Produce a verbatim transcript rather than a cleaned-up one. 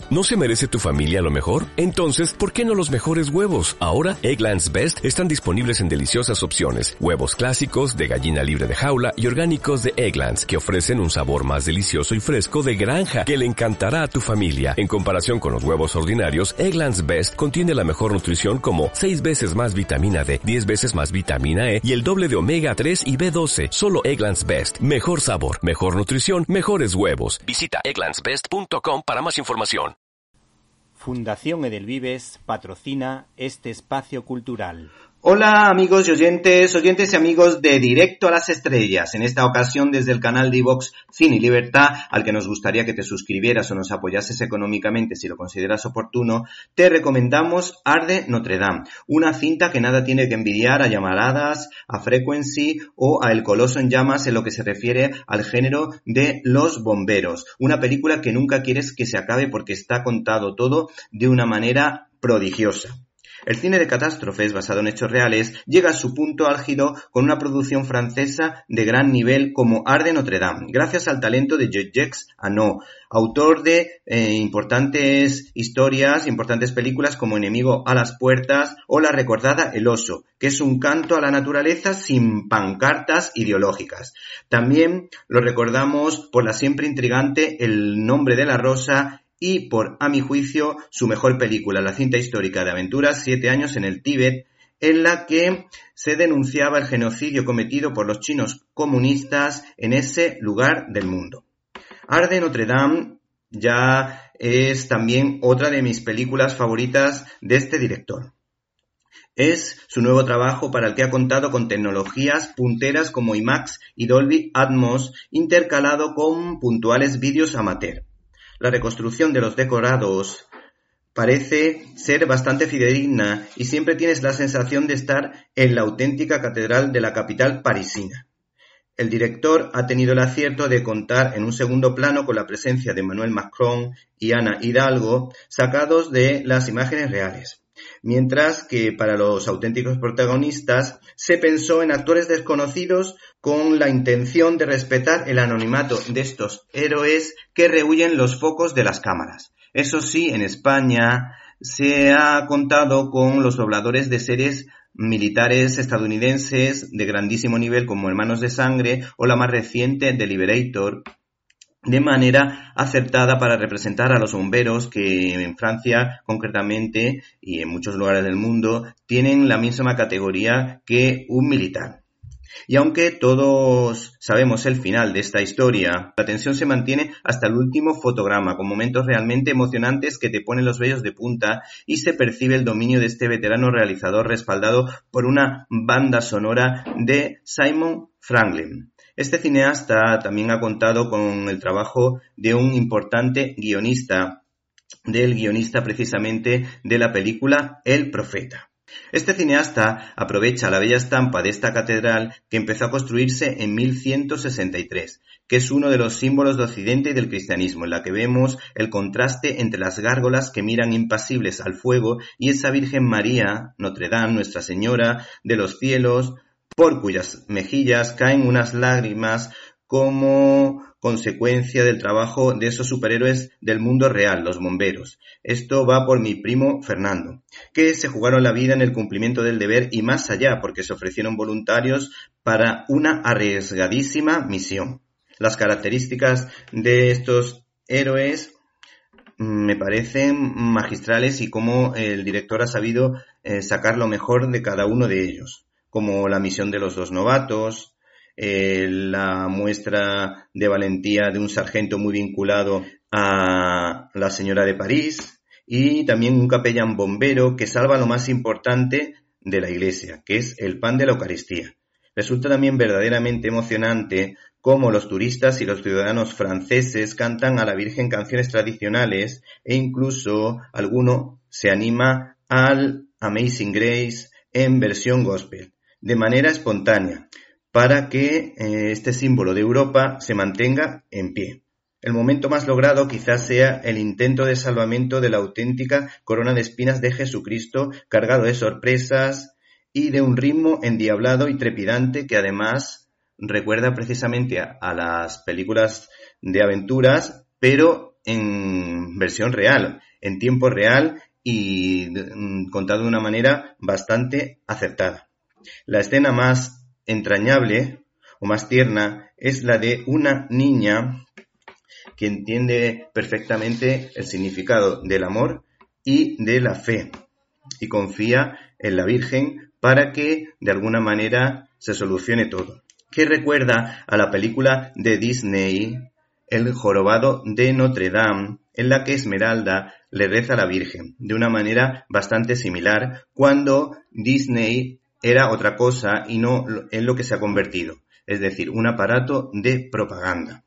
¿No se merece tu familia lo mejor? Entonces, ¿por qué no los mejores huevos? Ahora, Eggland's Best están disponibles en deliciosas opciones. Huevos clásicos, de gallina libre de jaula y orgánicos de Eggland's, que ofrecen un sabor más delicioso y fresco de granja que le encantará a tu familia. En comparación con los huevos ordinarios, Eggland's Best contiene la mejor nutrición como seis veces más vitamina D, diez veces más vitamina E y el doble de omega tres y B doce. Solo Eggland's Best. Mejor sabor, mejor nutrición, mejores huevos. Visita egglands best punto com para más información. Fundación Edelvives patrocina este espacio cultural. Hola amigos y oyentes, oyentes y amigos de Directo a las Estrellas. En esta ocasión desde el canal de iVox Cine y Libertad, al que nos gustaría que te suscribieras o nos apoyases económicamente si lo consideras oportuno, te recomendamos Arde Notre Dame, una cinta que nada tiene que envidiar a Llamaradas, a Frequency o a El Coloso en Llamas en lo que se refiere al género de los bomberos. Una película que nunca quieres que se acabe porque está contado todo de una manera prodigiosa. El cine de catástrofes, basado en hechos reales, llega a su punto álgido con una producción francesa de gran nivel como Arde Notre Dame, gracias al talento de Jacques Annaud, autor de eh, importantes historias, importantes películas como Enemigo a las puertas o la recordada El oso, que es un canto a la naturaleza sin pancartas ideológicas. También lo recordamos por la siempre intrigante El nombre de la rosa y por, a mi juicio, su mejor película, la cinta histórica de aventuras Siete años en el Tíbet, en la que se denunciaba el genocidio cometido por los chinos comunistas en ese lugar del mundo. Arde Notre Dame ya es también otra de mis películas favoritas de este director. Es su nuevo trabajo para el que ha contado con tecnologías punteras como IMAX y Dolby Atmos, intercalado con puntuales vídeos amateur. La reconstrucción de los decorados parece ser bastante fidedigna y siempre tienes la sensación de estar en la auténtica catedral de la capital parisina. El director ha tenido el acierto de contar en un segundo plano con la presencia de Emmanuel Macron y Ana Hidalgo, sacados de las imágenes reales. Mientras que para los auténticos protagonistas se pensó en actores desconocidos con la intención de respetar el anonimato de estos héroes que rehuyen los focos de las cámaras. Eso sí, en España se ha contado con los dobladores de series militares estadounidenses de grandísimo nivel como Hermanos de Sangre o la más reciente The Liberator, de manera acertada para representar a los bomberos que en Francia concretamente y en muchos lugares del mundo tienen la misma categoría que un militar. Y aunque todos sabemos el final de esta historia, la tensión se mantiene hasta el último fotograma, con momentos realmente emocionantes que te ponen los vellos de punta y se percibe el dominio de este veterano realizador respaldado por una banda sonora de Simon Franklin. Este cineasta también ha contado con el trabajo de un importante guionista, del guionista precisamente de la película El Profeta. Este cineasta aprovecha la bella estampa de esta catedral que empezó a construirse en mil ciento sesenta y tres, que es uno de los símbolos de Occidente y del cristianismo, en la que vemos el contraste entre las gárgolas que miran impasibles al fuego y esa Virgen María, Notre Dame, Nuestra Señora de los cielos, por cuyas mejillas caen unas lágrimas como consecuencia del trabajo de esos superhéroes del mundo real, los bomberos. Esto va por mi primo Fernando, que se jugaron la vida en el cumplimiento del deber y más allá, porque se ofrecieron voluntarios para una arriesgadísima misión. Las características de estos héroes me parecen magistrales y cómo el director ha sabido eh, sacar lo mejor de cada uno de ellos, como la misión de los dos novatos, Eh, la muestra de valentía de un sargento muy vinculado a la señora de París y también un capellán bombero que salva lo más importante de la iglesia, que es el pan de la Eucaristía. Resulta también verdaderamente emocionante cómo los turistas y los ciudadanos franceses cantan a la Virgen canciones tradicionales e incluso alguno se anima al Amazing Grace en versión gospel, de manera espontánea, para que eh, este símbolo de Europa se mantenga en pie. El momento más logrado quizás sea el intento de salvamento de la auténtica corona de espinas de Jesucristo, cargado de sorpresas y de un ritmo endiablado y trepidante que además recuerda precisamente a, a las películas de aventuras, pero en versión real, en tiempo real y contado de una manera bastante acertada. La escena más entrañable o más tierna es la de una niña que entiende perfectamente el significado del amor y de la fe y confía en la Virgen para que de alguna manera se solucione todo. Que recuerda a la película de Disney El jorobado de Notre Dame, en la que Esmeralda le reza a la Virgen de una manera bastante similar cuando Disney era otra cosa y no en lo que se ha convertido, es decir, un aparato de propaganda.